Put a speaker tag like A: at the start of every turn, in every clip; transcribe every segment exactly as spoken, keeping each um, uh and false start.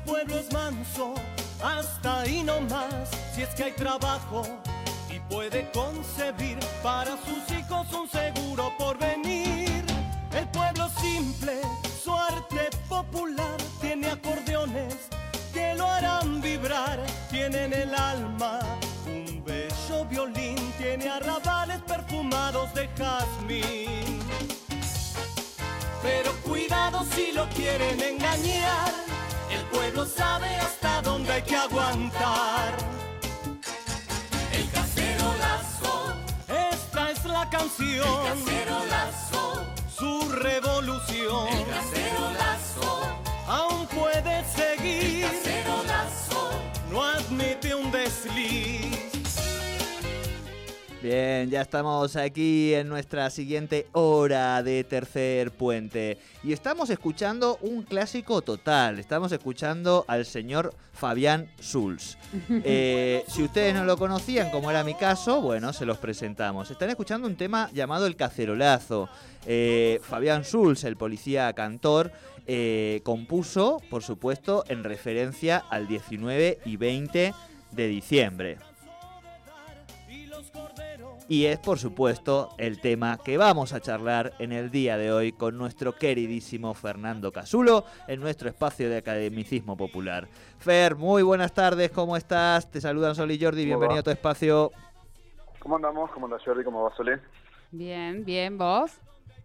A: pueblo es manso, hasta ahí no más, si es que hay trabajo y puede concebir para sus hijos un seguro porvenir. El pueblo simple, su arte popular, tiene acordeones que lo harán vibrar, tiene en el alma un bello violín, tiene arrabales perfumados de jazmín. Pero cuidado si lo quieren engañar, el pueblo sabe hasta dónde hay que aguantar. El cacerolazo, esta es la canción. El cacerolazo, su revolución. El cacerolazo, aún puede seguir. El cacerolazo, no admite un desliz.
B: Bien, ya estamos aquí en nuestra siguiente hora de Tercer Puente y estamos escuchando un clásico total, estamos escuchando al señor Fabián Schulz. Eh, si ustedes no lo conocían, como era mi caso, bueno, se los presentamos. Están escuchando un tema llamado El Cacerolazo. Eh, Fabián Schulz, el policía cantor, eh, compuso, por supuesto, en referencia al diecinueve y veinte de diciembre. Y es, por supuesto, el tema que vamos a charlar en el día de hoy con nuestro queridísimo Fernando Casulo en nuestro espacio de academicismo popular. Fer, muy buenas tardes, ¿cómo estás? Te saludan Sol y Jordi, bienvenido a tu espacio.
C: ¿Cómo andamos? ¿Cómo anda Jordi? ¿Cómo va Solé?
D: Bien, bien, ¿vos?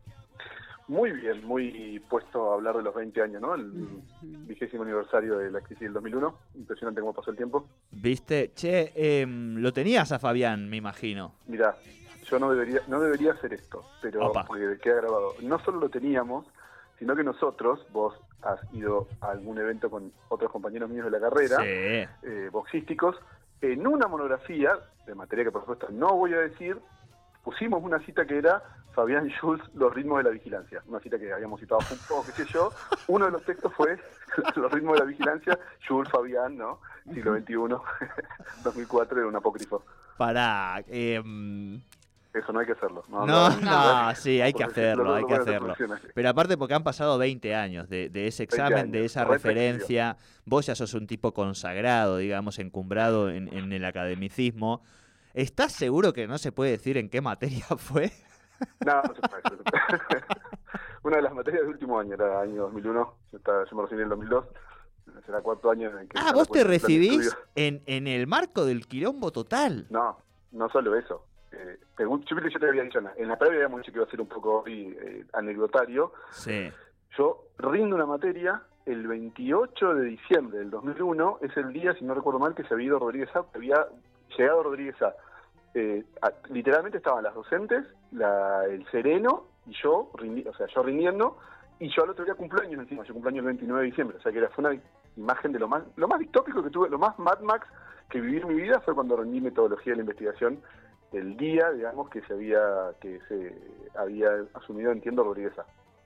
C: Muy bien, muy puesto a hablar de los veinte años, ¿no? El vigésimo aniversario de la crisis del dos mil uno. Impresionante cómo pasó el tiempo.
B: ¿Viste? Che, eh, lo tenías a Fabián, me imagino.
C: Mirá, yo no debería no debería hacer esto, pero
B: Opa.
C: Porque queda grabado. No solo lo teníamos, sino que nosotros, vos has ido a algún evento con otros compañeros míos de la carrera,
B: Sí.
C: eh, boxísticos, en una monografía, de materia que por supuesto no voy a decir, pusimos una cita que era Fabián Schulz, Los ritmos de la vigilancia. Una cita que habíamos citado un poco, qué sé yo. Uno de los textos fue Los ritmos de la vigilancia, Schulz, Fabián, ¿no? Siglo veintiuno, dos mil cuatro, era un apócrifo.
B: Pará, eh...
C: Eso no hay que hacerlo. No,
B: No,
C: no,
B: no,
C: no,
B: sí, hay que
C: porque
B: hacerlo,
C: lo-
B: hay
C: lo
B: que
C: van a hacer
B: hacerlo.
C: funcionar.
B: Pero aparte porque han pasado veinte años de, de ese examen,
C: años,
B: de esa
C: reflexivo.
B: referencia. Vos ya sos un tipo consagrado, digamos, encumbrado en, en el academicismo. ¿Estás seguro que no se puede decir en qué materia fue?
C: No, no se puede. no se puede. Una de las materias del último año era año dos mil uno. Yo, estaba, yo me recibí en el dos mil dos. Será cuarto año en el que...
B: Ah, vos te recibís en, en el marco del quilombo total.
C: No, no solo eso. Eh, según, yo, yo te había dicho, en la previa habíamos dicho que iba a ser un poco eh, anecdotario.
B: Sí.
C: Yo rindo una materia el veintiocho de diciembre del dos mil uno, es el día, si no recuerdo mal, que se había ido Rodríguez A, que había llegado Rodríguez A. Eh, a, literalmente estaban las docentes, la, el sereno y yo, rindi, o sea, yo rindiendo, y yo al otro día cumpleaños encima, yo cumpleaños el veintinueve de diciembre, o sea que era, fue una imagen de lo más lo más distópico que tuve, lo más Mad Max que viví en mi vida fue cuando rendí metodología de la investigación el día, digamos, que se había que se había asumido, entiendo, Rodríguez A.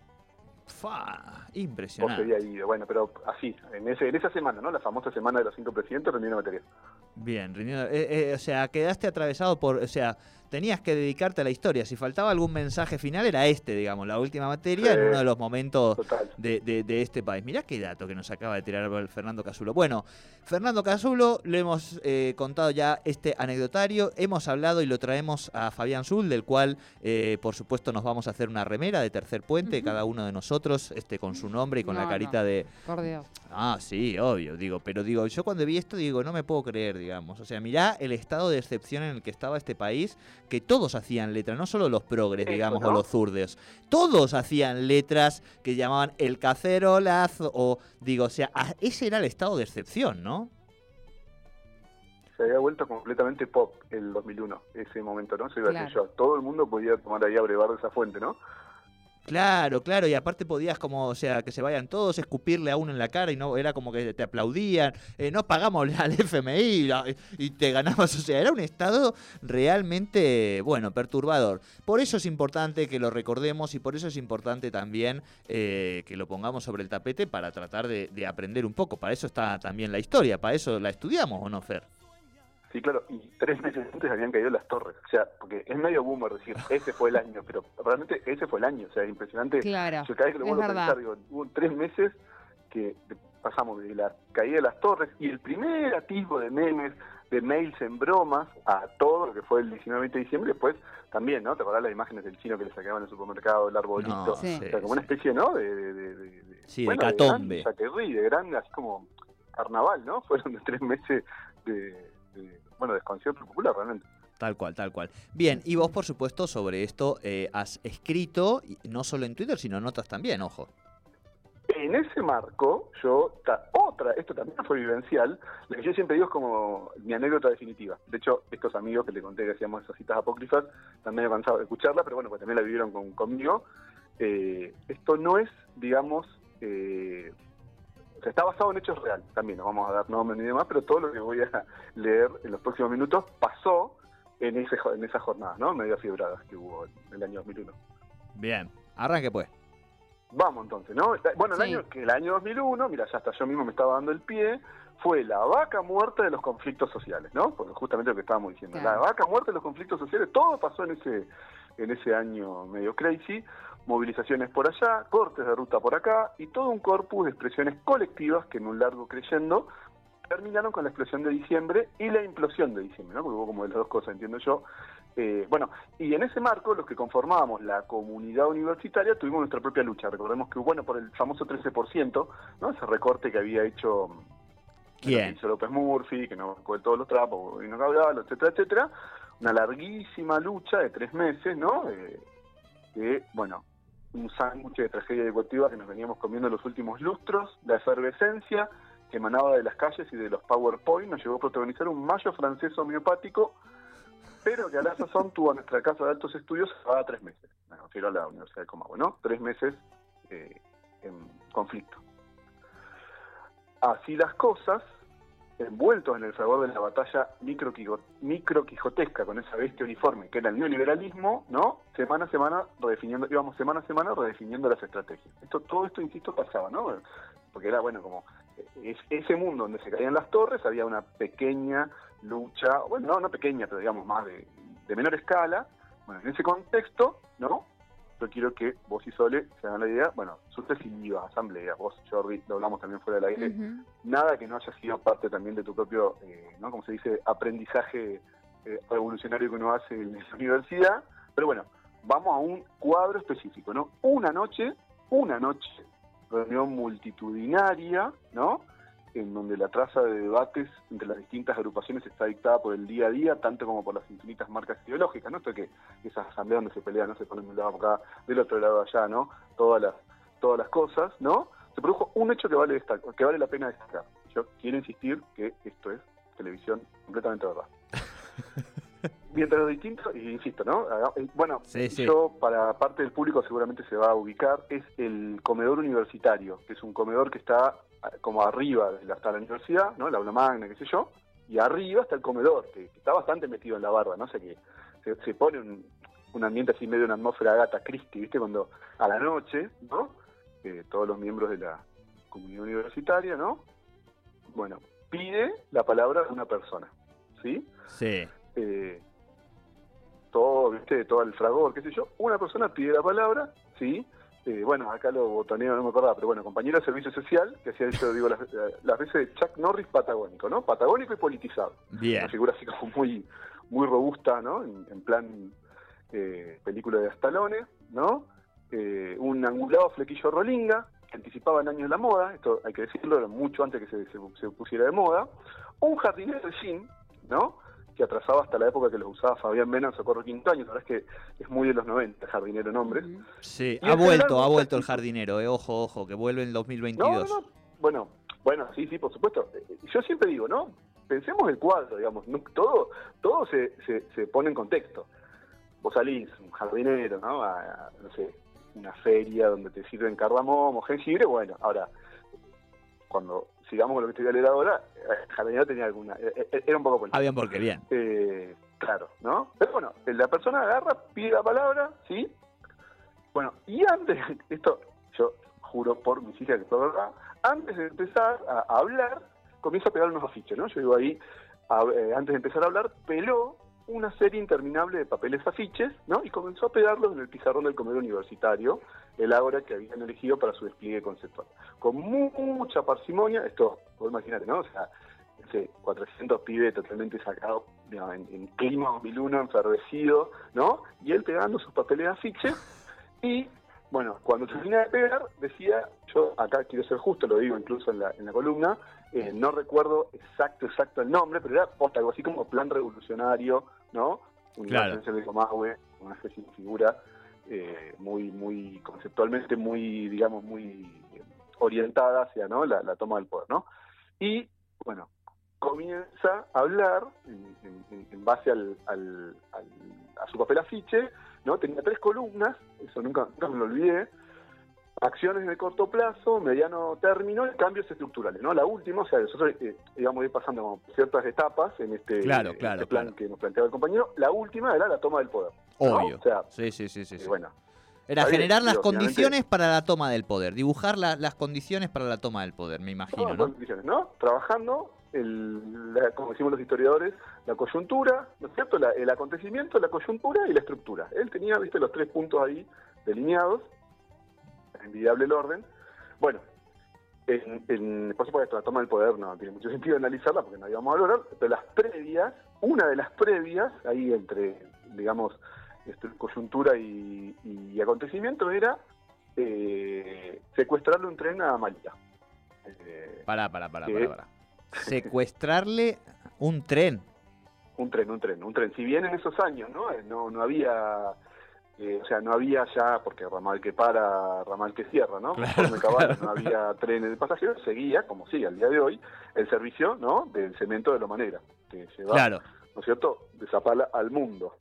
B: Fa,
C: Vos
B: impresionante.
C: había ido, bueno, pero así, en ese en esa semana, ¿no? La famosa semana de los cinco presidentes, rendí una materia.
B: Bien, rindiendo- eh, eh, o sea, quedaste atravesado por, o sea, tenías que dedicarte a la historia. Si faltaba algún mensaje final era este, digamos, la última materia
C: Sí,
B: en uno de los momentos
C: total.
B: de, de, de este país. Mirá qué dato que nos acaba de tirar el Fernando Casulo. Bueno, Fernando Casulo, le hemos eh, contado ya este anecdotario, hemos hablado y lo traemos a Fabián Schulz, del cual, eh, por supuesto, nos vamos a hacer una remera de Tercer Puente,
D: Ujú.
B: cada uno de nosotros, este, con su nombre y con
D: No,
B: la carita
D: no.
B: de...
D: Por Dios.
B: Ah, sí, obvio, digo, pero digo, yo cuando vi esto digo, no me puedo creer, digamos. O sea, mirá el estado de excepción en el que estaba este país, que todos hacían letras, no solo los progres,
C: Eso,
B: digamos,
C: ¿no?
B: o los zurdos. Todos hacían letras que llamaban el cacerolazo, o digo, o sea, a- ese era el estado de excepción, ¿no?
C: Se había vuelto completamente pop el dos mil uno, ese momento, ¿no? Se iba a decir
D: Claro.
C: yo. Todo el mundo podía tomar ahí a brevar de esa fuente, ¿no?
B: Claro, claro, y aparte podías como, o sea, que se vayan todos, escupirle a uno en la cara y no era como que te aplaudían, eh, no pagamos al F M I la- y te ganabas, o sea, era un estado realmente, bueno, perturbador. Por eso es importante que lo recordemos y por eso es importante también eh, que lo pongamos sobre el tapete para tratar de, de aprender un poco. Para eso está también la historia, para eso la estudiamos, ¿o no, Fer?
C: Sí, claro, y tres meses antes habían caído las torres. O sea, porque es medio boomer decir, ese fue el año, pero realmente ese fue el año. O sea, impresionante.
D: Claro,
C: Yo cada vez que lo
D: es
C: vuelvo a
D: verdad.
C: pensar, digo, hubo tres meses que pasamos de la caída de las torres y el primer atisbo de memes, de mails en bromas, a todo lo que fue el diecinueve veinte de diciembre, después también, ¿no? ¿Te acordás las imágenes del chino que le sacaban en el supermercado, el arbolito?
B: No,
D: Sí.
C: O sea, como
B: sí.
C: una especie, ¿no? De, de, de, de, de-
B: Sí,
C: bueno,
B: de catombe.
C: De gran chaquerrí, de gran, así como carnaval, ¿no? Fueron de tres meses de, de bueno, desconcierto popular, realmente.
B: Tal cual, tal cual. Bien, y vos, por supuesto, sobre esto eh, has escrito, y no solo en Twitter, sino notas también, ojo.
C: En ese marco, yo, ta- otra, esto también fue vivencial, lo que yo siempre digo es como mi anécdota definitiva. De hecho, estos amigos que te conté que hacíamos esas citas apócrifas, también he cansado de escucharla, pero bueno, pues también la vivieron con, conmigo. Eh, esto no es, digamos, eh, o sea, está basado en hechos reales, también no vamos a dar nombres ni demás, pero todo lo que voy a leer en los próximos minutos pasó en, ese, jo- en esas jornadas, ¿no? Medio fiebradas que hubo en el año dos mil uno.
B: Bien, arranque pues.
C: Vamos entonces, ¿no? Bueno, el
D: Sí.
C: año que el año dos mil uno, mira, ya hasta yo mismo me estaba dando el pie, fue la vaca muerta de los conflictos sociales, ¿no? Porque justamente lo que estábamos diciendo,
D: Claro.
C: la vaca muerta de los conflictos sociales, todo pasó en ese en ese año medio crazy, movilizaciones por allá, cortes de ruta por acá y todo un corpus de expresiones colectivas que en un largo creyendo terminaron con la explosión de diciembre y la implosión de diciembre, ¿no? Porque hubo como de las dos cosas, entiendo yo. Eh, bueno, y en ese marco, los que conformábamos la comunidad universitaria tuvimos nuestra propia lucha. Recordemos que, bueno, por el famoso trece por ciento, ¿no? Ese recorte que había hecho,
B: ¿Quién?
C: que hizo López Murphy, que no con todos los trapos, y no caudalo, etcétera, etcétera. Una larguísima lucha de tres meses, ¿no? Eh, de, bueno, un sándwich de tragedia deportiva que nos veníamos comiendo los últimos lustros, la efervescencia que emanaba de las calles y de los PowerPoint nos llevó a protagonizar un mayo francés homeopático, pero que a la sazón tuvo a nuestra casa de altos estudios a tres meses. Me refiero a la Universidad de Comahue, ¿no? Tres meses eh, en conflicto. Así las cosas, envueltos en el fragor de la batalla micro-quijotesca con esa bestia uniforme que era el neoliberalismo, ¿no? Semana a semana redefiniendo, íbamos semana a semana redefiniendo las estrategias. Esto, todo esto, insisto, pasaba, ¿no? Porque era, bueno, como es, ese mundo donde se caían las torres, había una pequeña lucha, bueno, no, no pequeña, pero digamos más de, de menor escala. Bueno, en ese contexto, ¿no? Yo quiero que vos y Sole se hagan la idea, bueno, surte sin IVA, asamblea, vos, Jordi, lo hablamos también fuera del aire,
D: Ujú.
C: nada que no haya sido parte también de tu propio, eh, ¿no? Como se dice, aprendizaje eh, revolucionario que uno hace en la universidad, pero bueno, vamos a un cuadro específico, ¿no? Una noche, una noche, reunión multitudinaria, ¿no? En donde la traza de debates entre las distintas agrupaciones está dictada por el día a día, tanto como por las infinitas marcas ideológicas, ¿no? Esto que esas asambleas donde se pelean, no se ponen de un lado acá, del otro lado allá, ¿no? Todas las, todas las cosas, ¿no? Se produjo un hecho que vale destacar, que vale la pena destacar. Yo quiero insistir que esto es televisión completamente verdad. Mientras los distintos, y insisto, ¿no? Bueno,
B: Sí, sí.
C: yo, para parte del público seguramente se va a ubicar, es el comedor universitario, que es un comedor que está como arriba de la, está la universidad, ¿no? La aula magna, qué sé yo, y arriba está el comedor, que, que está bastante metido en la barra, ¿no? O sea que se, se pone un, un ambiente así medio una atmósfera Agatha Christie, ¿viste? Cuando a la noche, ¿no? Eh, todos los miembros de la comunidad universitaria, ¿no? Bueno, pide la palabra de una persona, ¿sí?
B: Sí.
C: Eh, todo, ¿viste? Todo el fragor, qué sé yo. Una persona pide la palabra, ¿sí? Eh, bueno, acá lo botoneo, no me acordaba, pero bueno, compañero de servicio social, que hacía yo, digo, las, las veces de Chuck Norris patagónico, ¿no? Patagónico y politizado.
B: Bien.
C: Una figura así como muy, muy robusta, ¿no? En, en plan eh, película de Stallone, ¿no? Eh, un angulado flequillo rolinga, que anticipaba en años la moda, esto hay que decirlo, era mucho antes que se, se, se pusiera de moda. Un jardinero de jean, ¿no? Que atrasaba hasta la época que los usaba Fabián Mena en Socorro Quintaño, la verdad es que es muy de los noventa, jardinero en hombres.
D: Ujú.
B: Sí,
C: Y
B: ha
C: en
B: vuelto,
C: general,
B: ha vuelto el
C: muchas-
B: jardinero, eh. Ojo, ojo, que vuelve en dos mil
C: No,
B: veintidós.
C: no, no, bueno, bueno, sí, sí, por supuesto. Eh, Yo siempre digo, ¿no? Pensemos el cuadro, digamos, no- todo, todo se, se, se pone en contexto. Vos salís, un jardinero, ¿no? A, a, no sé, una feria donde te sirven cardamomo, jengibre, bueno, ahora, cuando sigamos con lo que te voy a leer ahora, el jardinero tenía alguna, eh, eh, era un poco político.
B: Habían porque bien.
C: Eh, claro, ¿no? Pero bueno, la persona agarra, pide la palabra, ¿sí? Bueno, y antes, esto yo juro por mis hijas que fue verdad, antes de empezar a, a hablar, comienza a pegar unos afiches, ¿no? Yo digo ahí, a- eh, antes de empezar a hablar, peló una serie interminable de papeles afiches, ¿no? Y comenzó a pegarlos en el pizarrón del comedor universitario, el ágora que habían elegido para su despliegue conceptual. Con mu- mucha parsimonia, esto, vos imaginate, ¿no? O sea, ese cuatrocientos pibes totalmente sacados, digamos, en, en clima dos mil uno, enfervecido, ¿no? Y él pegando sus papeles de afiche, y, bueno, cuando termina de pegar, decía, yo acá quiero ser justo, lo digo incluso en la, en la columna, eh, no recuerdo exacto, exacto el nombre, pero era posta, algo así como plan revolucionario, ¿no?
B: Claro.
C: Universidad de Comahue, una especie de figura eh, muy, muy conceptualmente muy, digamos, muy orientada hacia, ¿no? la, la toma del poder, ¿no? Y, bueno, comienza a hablar en, en, en base al, al, al, a su papel afiche, ¿no? Tenía tres columnas, eso nunca, nunca me lo olvidé: acciones de corto plazo, mediano término y cambios estructurales, ¿no? La última, o sea, nosotros eh, íbamos a ir pasando como ciertas etapas en este,
B: Claro,
C: en
B: claro,
C: este plan
B: claro.
C: que nos planteaba el compañero. La última era la toma del poder, ¿no?
B: Obvio.
C: O sea,
B: Sí, sí, sí, sí.
C: eh,
B: sí.
C: bueno,
B: Era
C: está bien,
B: generar las
C: digo,
B: condiciones
C: finalmente-
B: para la toma del poder, dibujar la- las condiciones para la toma del poder, me imagino,
C: todas
B: ¿no?
C: las condiciones, ¿no? Trabajando, el, la- como decimos los historiadores, la coyuntura, ¿no es cierto? La- el acontecimiento, la coyuntura y la estructura. Él tenía, viste, los tres puntos ahí delineados, envidiable el orden. Bueno, en, en, por supuesto, la toma del poder no tiene mucho sentido analizarla porque no íbamos a lograr, pero las previas, una de las previas, ahí entre, digamos, este, coyuntura y, y acontecimiento, era eh, secuestrarle un tren a Malta. Eh,
B: Pará, pará, pará,
C: ¿Qué?
B: pará, pará. Secuestrarle un tren.
C: un tren, un tren, un tren. Si bien en esos años, ¿no? Eh, No, no había... Eh, o sea, no había ya, porque ramal que para, ramal que cierra, ¿no?
B: Claro,
C: Conforme Caballo,
B: claro.
C: no había trenes de pasajeros, seguía, como sigue al día de hoy, el servicio, ¿no? Del cemento de Loma Negra, que lleva,
B: Claro,
C: ¿no es cierto?, de Zapala al mundo.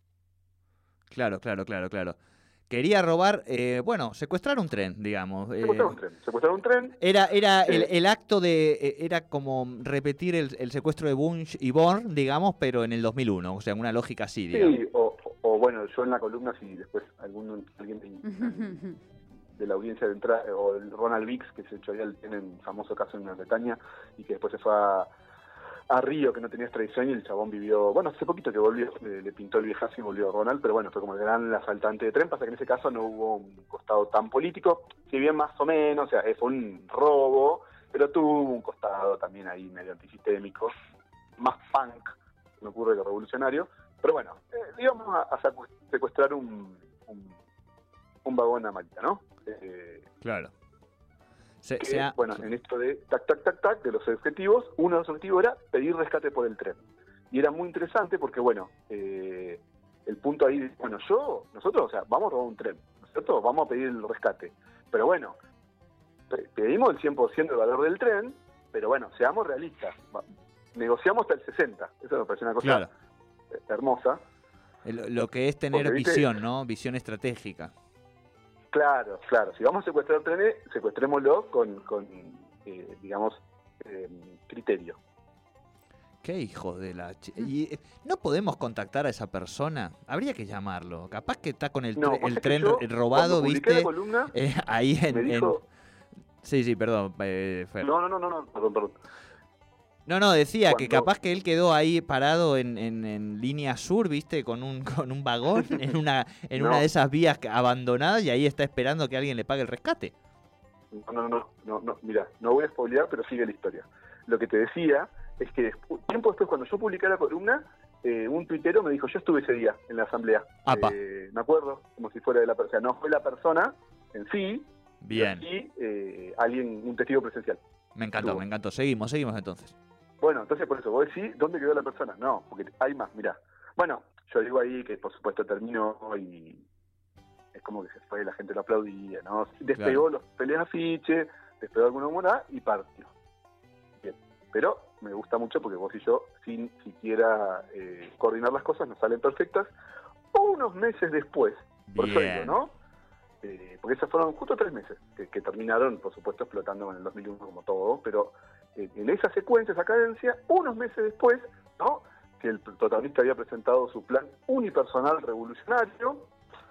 B: claro, claro, claro, claro. Quería robar, eh, bueno, secuestrar un tren, digamos. eh,
C: Secuestrar un tren, secuestrar un tren,
B: Era, era el,
C: Eh.
B: el acto de, eh, era como repetir el, el secuestro de Bunch y Born, digamos, pero en el dos mil uno, o sea, en una lógica así, digamos.
C: sí, o, o bueno, yo en la columna, si después algún, alguien de, de la audiencia de entrada, o el Ronald Vix, que se echó ahí, tiene un famoso caso en Gran Bretaña, y que después se fue a, a Río, que no tenía extradición, y el chabón vivió, bueno, hace poquito que volvió, le, le pintó el viejazo y volvió Ronald, pero bueno, fue como el gran asaltante de tren. Pasa que en ese caso no hubo un costado tan político, si bien más o menos, o sea, fue un robo, pero tuvo un costado también ahí medio antisistémico, más punk, me ocurre que revolucionario, pero bueno, eh, digamos a, a secuestrar un, un, un vagón a Malta, ¿no? Eh,
B: Claro. Se,
C: que,
B: se ha-
C: bueno, en esto de tac, tac, tac, tac, de los objetivos, uno de los objetivos era pedir rescate por el tren. Y era muy interesante porque, bueno, eh, el punto ahí, bueno, yo, nosotros, o sea, vamos a robar un tren, ¿no es cierto? Vamos a pedir el rescate. Pero bueno, pe- pedimos el cien por ciento del valor del tren, pero bueno, seamos realistas. Va- negociamos hasta el sesenta por ciento. Eso me parece una cosa
B: Claro.
C: eh, hermosa.
B: el- lo que es tener
C: Porque, ¿viste?
B: visión, ¿no? Visión estratégica.
C: Claro, claro. Si vamos a secuestrar trenes, secuestrémoslo con, con eh, digamos, eh, criterio.
B: Qué hijo de la... chi- Y, eh, ¿no podemos contactar a esa persona? Habría que llamarlo. Capaz que está con el,
C: No,
B: tre-
C: pasa
B: el
C: que
B: tren
C: yo,
B: robado,
C: cuando publiqué
B: ¿viste?
C: la columna,
B: Eh, ahí en...
C: me
B: en-
C: dijo...
B: Sí, sí, perdón, eh, Fer.
C: No, no, no, no, no, perdón, perdón.
B: No, no, decía que
C: Cuando-
B: capaz que él quedó ahí parado en, en, en línea sur, ¿viste? Con un, con un vagón en una en una
C: No.
B: de esas vías que- abandonadas y ahí está esperando que alguien le pague el rescate.
C: No, no, no, no, no, mira, no voy a spoilear, pero sigue la historia. Lo que te decía es que despu- tiempo después, cuando yo publiqué la columna, eh, un tuitero me dijo, yo estuve ese día en la asamblea.
B: Apa.
C: Eh, me acuerdo, como si fuera de la persona, no fue la persona en sí,
B: Bien,
C: pero sí eh, alguien, un testigo presencial.
B: me encantó,
C: estuvo.
B: me encantó. Seguimos, seguimos entonces.
C: Bueno, entonces por eso, vos decís, ¿dónde quedó la persona? No, porque hay más, mirá. Bueno, yo digo ahí que por supuesto terminó y es como que se fue, la gente lo aplaudía, ¿no? Despegó
B: Claro.
C: los peleas afiche, despegó alguna humorada y partió. Bien, pero me gusta mucho porque vos y yo, sin siquiera eh, coordinar las cosas, nos salen perfectas. Unos meses después, por eso digo,
B: Bien.
C: ¿no? Eh, porque esos fueron justo tres meses, que, que terminaron, por supuesto, explotando en el dos mil uno como todo, pero eh, en esa secuencia, esa cadencia, unos meses después, ¿no? Que el protagonista había presentado su plan unipersonal revolucionario,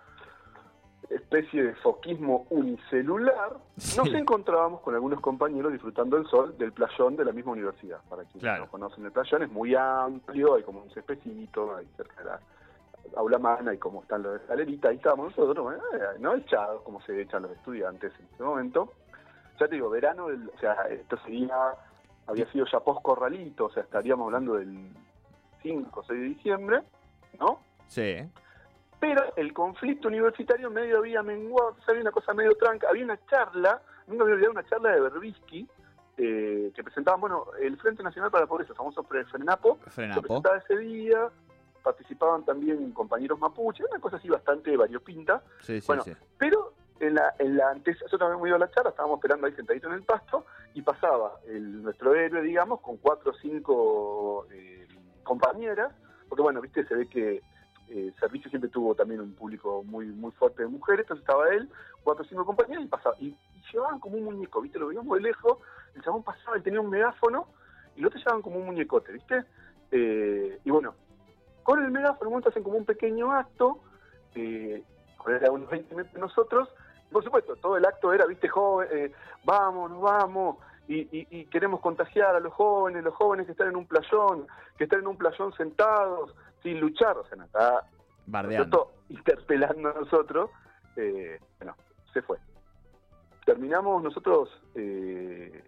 C: especie de foquismo unicelular,
B: Sí.
C: nos encontrábamos con algunos compañeros disfrutando el sol del playón de la misma universidad. Para quienes
B: Claro.
C: no conocen el playón, es muy amplio, hay como un cespecito ahí cerca de la, aula magna y cómo están los escaleritas, ahí estábamos nosotros, eh, no echados como se echan los estudiantes en ese momento. Ya te digo, verano, del, o sea, esto sería, había sido ya post-corralito, o sea, estaríamos hablando del cinco o seis de diciembre, ¿no?
B: Sí.
C: Pero el conflicto universitario medio había menguado, o sea, había una cosa medio tranca, había una charla, nunca me olvidé, una charla de Berbisky, eh, que presentaban, bueno, el Frente Nacional para la Pobreza, el famoso FRENAPO,
B: Frenapo.
C: se presentaba ese día, participaban también compañeros mapuches, una cosa así bastante variopinta.
B: Sí, sí,
C: bueno,
B: sí.
C: pero en la, en la antes, yo también me iba a la charla, estábamos esperando ahí sentadito en el pasto, y pasaba el, nuestro héroe, digamos, con cuatro o cinco eh, compañeras, porque bueno, viste, se ve que el eh, servicio siempre tuvo también un público muy muy fuerte de mujeres, entonces estaba él, cuatro o cinco compañeras, y pasaba, y, y llevaban como un muñeco, viste, lo veíamos de lejos, el chabón pasaba y tenía un megáfono, y lo otro llevaban como un muñecote, viste, eh, y bueno, con el megáfono montas hacen como un pequeño acto, eh, era unos veinte metros de nosotros. Por supuesto, todo el acto era, viste, joven, eh, vamos, nos vamos, y, y, y queremos contagiar a los jóvenes, los jóvenes que están en un playón, que están en un playón sentados, sin luchar, o sea, nos está
B: bardeando,
C: interpelando a nosotros. Eh, bueno, se fue. Terminamos nosotros, eh,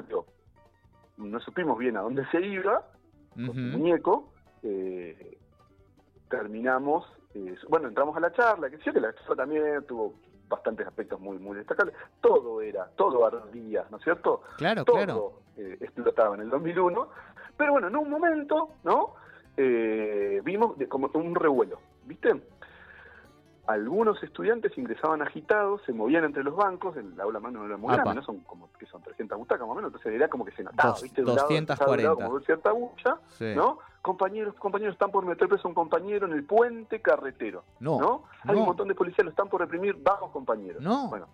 C: no supimos bien a dónde se iba,
B: uh-huh.
C: con su muñeco, eh, terminamos, eh, bueno, entramos a la charla, que sí, que la charla también tuvo bastantes aspectos muy muy destacables. Todo era, todo ardía, ¿no es cierto?
B: Claro,
C: todo,
B: claro.
C: Eh, explotaba en el dos mil uno, pero bueno, en un momento, ¿no? Eh, vimos de, como un revuelo, ¿viste? Algunos estudiantes ingresaban agitados, se movían entre los bancos, el aula magna no era muy grande, ¿no? Son como que son trescientas butacas más o menos, entonces era como que se notaba,
B: Dos,
C: ¿viste?
B: doscientas cuarenta.
C: Como cierta bucha,
B: sí.
C: ¿no? Compañeros, compañeros, están por meter preso a un compañero en el puente carretero,
B: no,
C: ¿no? Hay
B: no.
C: un montón de policías, lo están por reprimir, vamos compañeros.
B: No.
C: Bueno,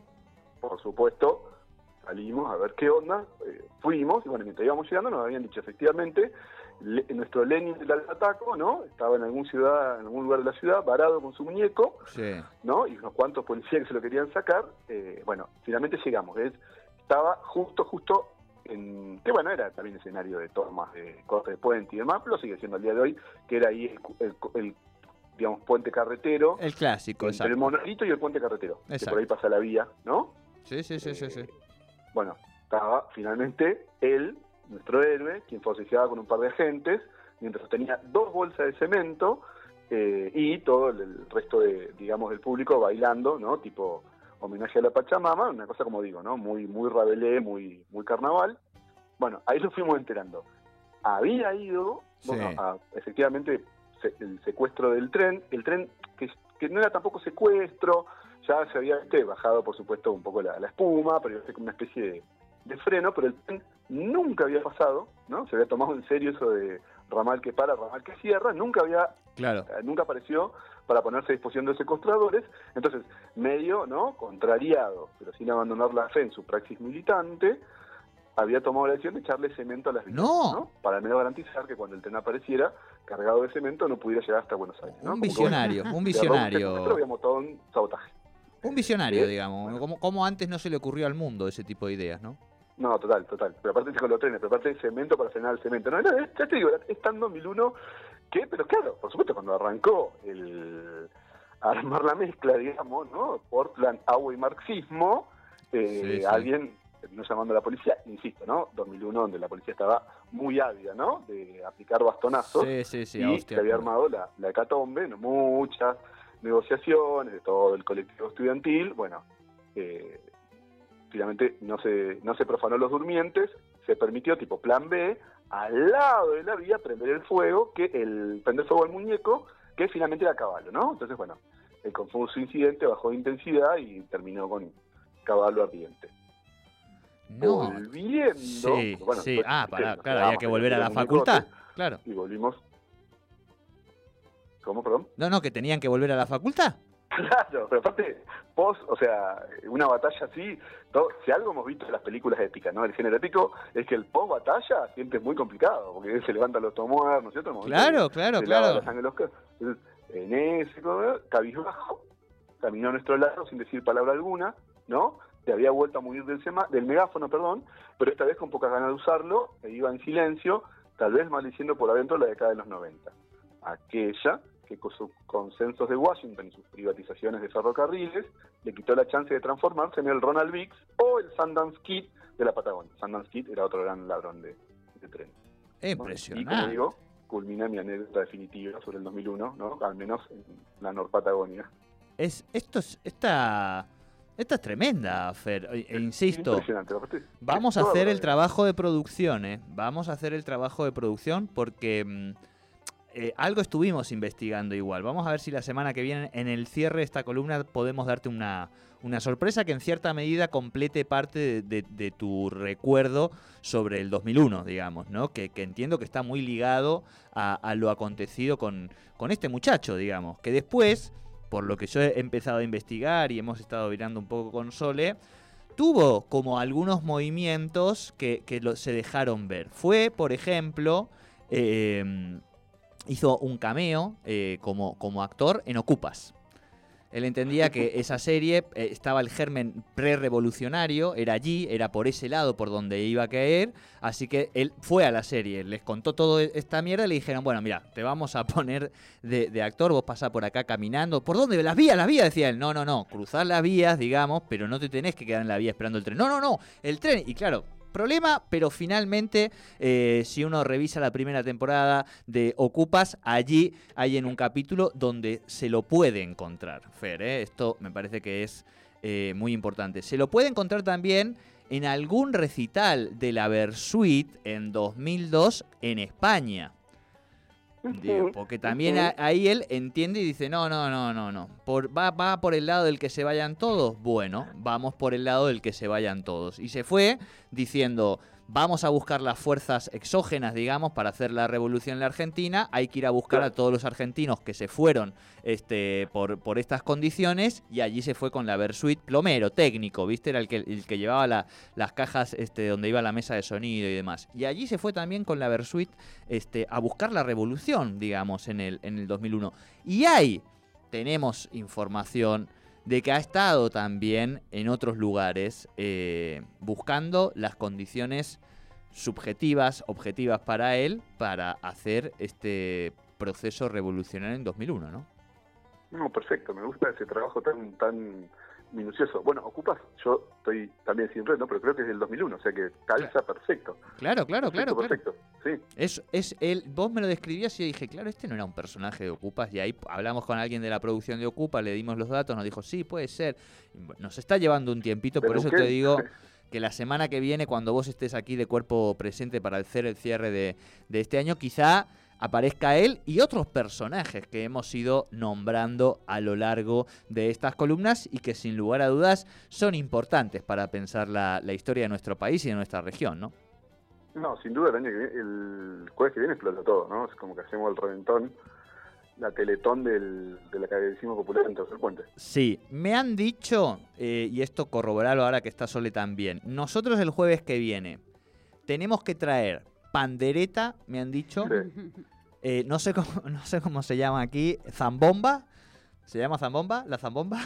C: por supuesto, salimos a ver qué onda, eh, fuimos, y bueno, mientras íbamos llegando nos habían dicho, efectivamente, le, nuestro Lenin del Alataco, ¿no? Estaba en algún ciudad, en algún lugar de la ciudad, varado con su muñeco,
B: sí.
C: ¿no? Y unos cuantos policías que se lo querían sacar. Eh, bueno, finalmente llegamos. Es, estaba justo, justo en, que bueno, era también escenario de tomas de corte de puente y demás, pero sigue siendo al día de hoy, que era ahí el, el, el digamos, puente carretero.
B: El clásico,
C: entre
B: exacto.
C: el monolito y el puente carretero.
B: Exacto.
C: Que por ahí pasa la vía, ¿no?
B: Sí, sí, sí,
C: eh,
B: sí, sí.
C: Bueno, estaba finalmente él, nuestro héroe, quien forcejeaba con un par de agentes, mientras tenía dos bolsas de cemento eh, y todo el, el resto de, digamos, del público bailando, ¿no? Tipo homenaje a la Pachamama, una cosa como digo, ¿no? Muy, muy Rabelais, muy, muy carnaval. Bueno, ahí lo fuimos enterando. Había ido,
B: Sí.
C: bueno, a, efectivamente, se, el secuestro del tren, el tren que, que no era tampoco secuestro, ya se había este, bajado, por supuesto, un poco la, la espuma, pero iba a ser como una especie de, de freno, pero el tren nunca había pasado, ¿no? Se había tomado en serio eso de ramal que para, ramal que cierra, nunca había,
B: claro.
C: eh, nunca apareció para ponerse a disposición de los secuestradores, entonces, medio, ¿no? Contrariado, pero sin abandonar la fe en su praxis militante, había tomado la decisión de echarle cemento a las vías,
B: No.
C: ¿no? Para al menos garantizar que cuando el tren apareciera cargado de cemento no pudiera llegar hasta Buenos Aires, ¿no?
B: Un
C: Como que,
B: visionario,
C: bueno,
B: un
C: se agarró un
B: visionario.
C: secuestro, había montado un sabotaje.
B: Un visionario,
C: ¿Sí?
B: digamos.
C: Bueno.
B: Como, como antes no se le ocurrió al mundo ese tipo de ideas, ¿no?
C: No, total, total. Pero aparte con los trenes, pero aparte de cemento para frenar el cemento. No, era, ya te digo, es tan dos mil uno que, pero claro, por supuesto, cuando arrancó el a armar la mezcla, digamos, ¿no? Portland, agua y marxismo, eh,
B: Sí, sí.
C: alguien, no llamando a la policía, insisto, ¿no? dos mil uno, donde la policía estaba muy ávida, ¿no? De aplicar bastonazos.
B: Sí, sí, sí.
C: y
B: hostia.
C: se había armado la, la hecatombe, ¿no? Muchas negociaciones de todo el colectivo estudiantil, bueno, eh, finalmente no se no se profanó los durmientes, se permitió tipo plan B, al lado de la vía prender el fuego, que el prender fuego al muñeco, que finalmente era Caballo, ¿no? Entonces, bueno, el confuso incidente bajó de intensidad y terminó con Caballo ardiente.
B: No.
C: Volviendo,
B: Sí,
C: bueno,
B: sí.
C: después,
B: Ah,
C: ¿viste?
B: pará,
C: Nos
B: claro, había
C: quedamos
B: que
C: en
B: volver a
C: el
B: la
C: muñecote
B: facultad. Claro.
C: Y volvimos. ¿Cómo, perdón?
B: No, no, que tenían que volver a la facultad.
C: Claro, pero aparte, post, o sea, una batalla así, todo, si algo hemos visto en las películas épicas, ¿no? El género épico es que el post batalla siempre es muy complicado, porque se levantan los tomuer, ¿no es cierto?
B: Claro, claro,
C: se lava
B: claro.
C: la sangre de los ca- Entonces, en ese ¿no? cabizbajo, caminó a nuestro lado sin decir palabra alguna, ¿no? Se había vuelto a morir del, sema, del megáfono, perdón, pero esta vez con pocas ganas de usarlo, e iba en silencio, tal vez maldiciendo por adentro la década de los noventa. Aquella que con sus consensos de Washington y sus privatizaciones de ferrocarriles le quitó la chance de transformarse en el Ronald Biggs o el Sundance Kid de la Patagonia. Sundance Kid era otro gran ladrón de, de tren.
B: Impresionante.
C: Y como digo, culmina mi anécdota definitiva sobre el dos mil uno, ¿no? Al menos en la Norpatagonia.
B: Es, esto es, esta, esta es tremenda, Fer. E, e insisto,
C: impresionante.
B: vamos a hacer el trabajo de producción, ¿eh? Vamos a hacer el trabajo de producción porque eh, algo estuvimos investigando igual. Vamos a ver si la semana que viene, en el cierre de esta columna, podemos darte una, una sorpresa que en cierta medida complete parte de, de, de tu recuerdo sobre el dos mil uno, digamos, ¿no? Que, que entiendo que está muy ligado a, a lo acontecido con, con este muchacho, digamos, que después, por lo que yo he empezado a investigar y hemos estado mirando un poco con Sole, tuvo como algunos movimientos que, que lo, se dejaron ver. Fue, por ejemplo, eh, hizo un cameo eh, como, como actor en Ocupas. Él entendía que esa serie eh, estaba el germen pre-revolucionario, era allí, era por ese lado por donde iba a caer, así que él fue a la serie, les contó toda esta mierda y le dijeron, bueno, mira, te vamos a poner de, de actor, vos pasás por acá caminando, ¿por dónde? Las vías, las vías, decía él. No, no, no, cruzar las vías, digamos, pero no te tenés que quedar en la vía esperando el tren. No, no, no, el tren, y claro, problema, pero finalmente, eh, si uno revisa la primera temporada de Ocupas, allí hay en un capítulo donde se lo puede encontrar, Fer, ¿eh? Esto me parece que es eh, muy importante. Se lo puede encontrar también en algún recital de la Versuit en dos mil dos en España. Digo, porque también a, ahí él entiende y dice, no, no, no, no, no. Por, va, va por el lado del que se vayan todos. Bueno, vamos por el lado del que se vayan todos. Y se fue diciendo, vamos a buscar las fuerzas exógenas, digamos, para hacer la revolución en la Argentina. Hay que ir a buscar a todos los argentinos que se fueron este, por, por estas condiciones. Y allí se fue con la Versuit, plomero, técnico, ¿viste? Era el que, el que llevaba la, las cajas este, donde iba la mesa de sonido y demás. Y allí se fue también con la Versuit este, a buscar la revolución, digamos, en el, en el dos mil uno. Y ahí tenemos información de que ha estado también en otros lugares eh, buscando las condiciones subjetivas, objetivas para él, para hacer este proceso revolucionario en dos mil uno, ¿no?
C: No, perfecto, me gusta ese trabajo tan tan minucioso. Bueno, Ocupas, yo estoy también sin red, ¿no? Pero creo que es del dos mil uno, o sea que calza claro. perfecto.
B: Claro, claro,
C: perfecto,
B: claro.
C: Perfecto,
B: claro. sí. Es, es él, vos me lo describías y yo dije, claro, este no era un personaje de Ocupas, y ahí hablamos con alguien de la producción de Ocupas, le dimos los datos, nos dijo, sí, puede ser. Nos está llevando un tiempito, por eso ¿qué? Te digo que la semana que viene, cuando vos estés aquí de cuerpo presente para hacer el cierre de, de este año, quizá aparezca él y otros personajes que hemos ido nombrando a lo largo de estas columnas y que sin lugar a dudas son importantes para pensar la, la historia de nuestro país y de nuestra región, ¿no?
C: No, sin duda el año que viene, el jueves que viene explota todo, ¿no? Es como que hacemos el reventón, la teletón del, de la que decimos popular en Tercer Puente.
B: Sí, me han dicho, eh, y esto corroborarlo ahora que está Sole también, nosotros el jueves que viene tenemos que traer pandereta, me han dicho. Sí. Eh, no sé cómo, no sé cómo se llama aquí. ¿Zambomba? ¿Se llama zambomba? ¿La zambomba?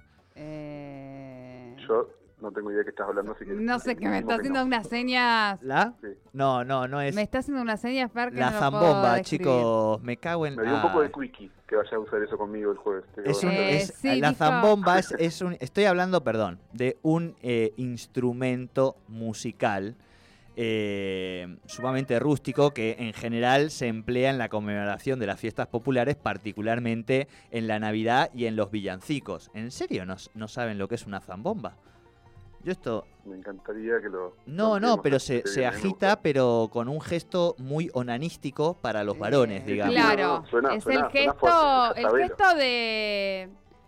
D: Eh...
C: Yo no tengo idea de qué estás hablando. Así que
D: no sé, que me está haciendo no. unas señas.
B: ¿La? Sí. No, no, no es.
D: Me está haciendo unas señas, Fer, que
B: la
D: no
B: zambomba,
D: lo
B: chicos. Me cago en.
C: Me dio un poco de quickie que vaya a usar eso conmigo el jueves.
B: Es un, eh, es, sí, la dijo... zambomba es, es un. Estoy hablando, perdón, de un eh, instrumento musical. Eh, sumamente rústico que en general se emplea en la conmemoración de las fiestas populares, particularmente en la Navidad y en los villancicos. ¿En serio no, no saben lo que es una zambomba? Yo esto...
C: Me encantaría que lo...
B: No, no, pero se, se agita, pero con un gesto muy onanístico para los varones, digamos.
D: Claro,
C: suena,
D: es
C: suena,
D: el gesto,
C: fuerte,
D: el gesto de,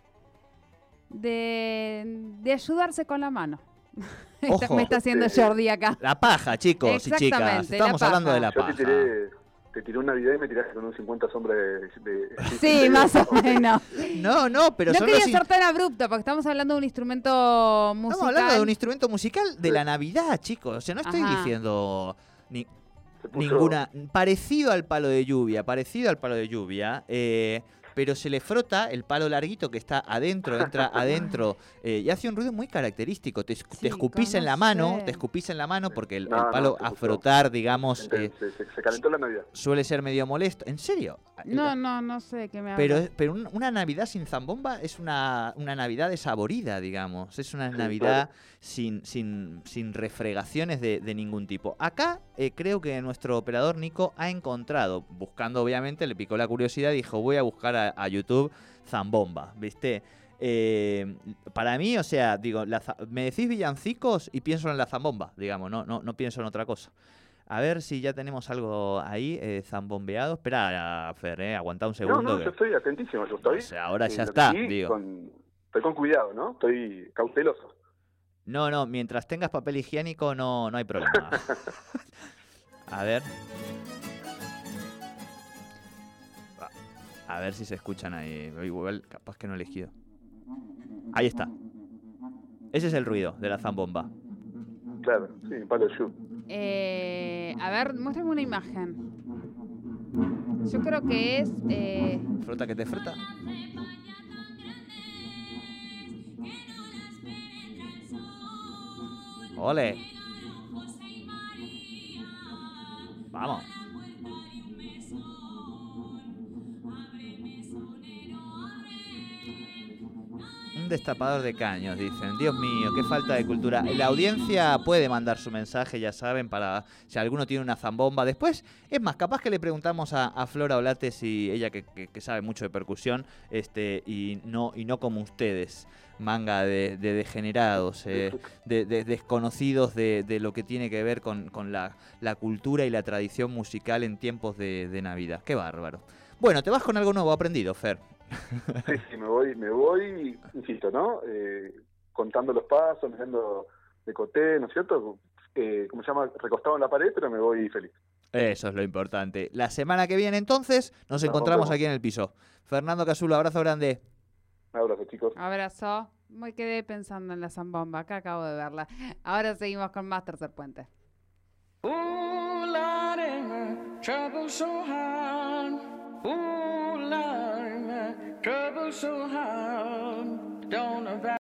D: de de ayudarse con la mano.
B: Ojo,
D: me está haciendo
C: este,
D: Jordi acá.
B: La paja, chicos y chicas. Estamos hablando de la
C: Yo
B: paja.
C: Te tiré, te tiré una video y me tiraste con un cincuenta sombras de... de
D: sí, de más o menos.
B: No, no, pero
D: no
B: son
D: quería
B: los
D: ser tan abrupto, porque estamos hablando de un instrumento musical.
B: Estamos hablando de un instrumento musical de la Navidad, chicos. O sea, no estoy
D: Ajá.
B: diciendo... Ni... Ninguna, parecido al palo de lluvia, parecido al palo de lluvia, eh, pero se le frota el palo larguito que está adentro, entra adentro eh, y hace un ruido muy característico. Te,
D: Sí,
B: te escupís en la mano,
D: sé.
B: te escupís en la mano porque el,
C: No,
B: el
C: no,
B: palo
C: se
B: a
C: juntó.
B: frotar, digamos,
C: Se,
B: eh,
C: se- se calentó la Navidad.
B: suele ser medio molesto. ¿En serio?
D: No, no, no sé de qué me
B: Pero,
D: hablas.
B: pero un- una Navidad sin zambomba es una, una Navidad desaborida, digamos. Es una
C: Sí,
B: Navidad
C: claro.
B: sin, sin, sin refregaciones de, de ningún tipo. Acá eh, creo que nuestro operador Nico ha encontrado, buscando obviamente, le picó la curiosidad y dijo, voy a buscar a, a YouTube zambomba, ¿viste? Eh, para mí, o sea, digo, la za- me decís villancicos y pienso en la zambomba, digamos, no, no, no pienso en otra cosa. A ver si ya tenemos algo ahí eh, zambombeado. Espera, Fer, eh, aguanta un
C: No,
B: segundo.
C: no,
B: que-
C: yo estoy atentísimo. Yo estoy,
B: O sea, ahora
C: eh,
B: ya
C: lo
B: está,
C: que sí,
B: digo.
C: Con, estoy con cuidado, ¿no? Estoy cauteloso.
B: No, no, mientras tengas papel higiénico no, no hay problema. A ver. A ver si se escuchan ahí. Igual, capaz que no he elegido. Ahí está. Ese es el ruido de la zambomba.
C: Claro, sí, palo de shoot.
D: Eh, a ver, muéstrame una imagen. Yo creo que es... eh,
B: Frota que te frota. ¡Ole! Vamos. Un destapador de caños, dicen. Dios mío, qué falta de cultura. La audiencia puede mandar su mensaje, ya saben, para si alguno tiene una zambomba. Después, es más, capaz que le preguntamos a, a Flora Olate si ella que, que- que sabe mucho de percusión, este, y no, y no como ustedes, manga de, de degenerados, eh, de, de desconocidos de, de lo que tiene que ver con, con la, la cultura y la tradición musical en tiempos de, de Navidad. Qué bárbaro. Bueno, te vas con algo nuevo aprendido, Fer.
C: Sí, sí, me voy, me voy, insisto, ¿no? Eh, contando los pasos, mirando de coté, ¿no es cierto? Eh, ¿Cómo se llama? Recostado en la pared, pero me voy feliz.
B: Eso es lo importante. La semana que viene, entonces, nos
C: Nos
B: encontramos
C: rompemos.
B: aquí en el piso. Fernando Casulo, abrazo grande.
C: Un abrazo, chicos.
D: abrazo. Me quedé pensando en la zambomba. Acá acabo de verla. Ahora seguimos con más Tercer Puente.
E: Ooh, Lordy, my trouble so hard. Ooh, Lordy, my trouble so hard. Don't know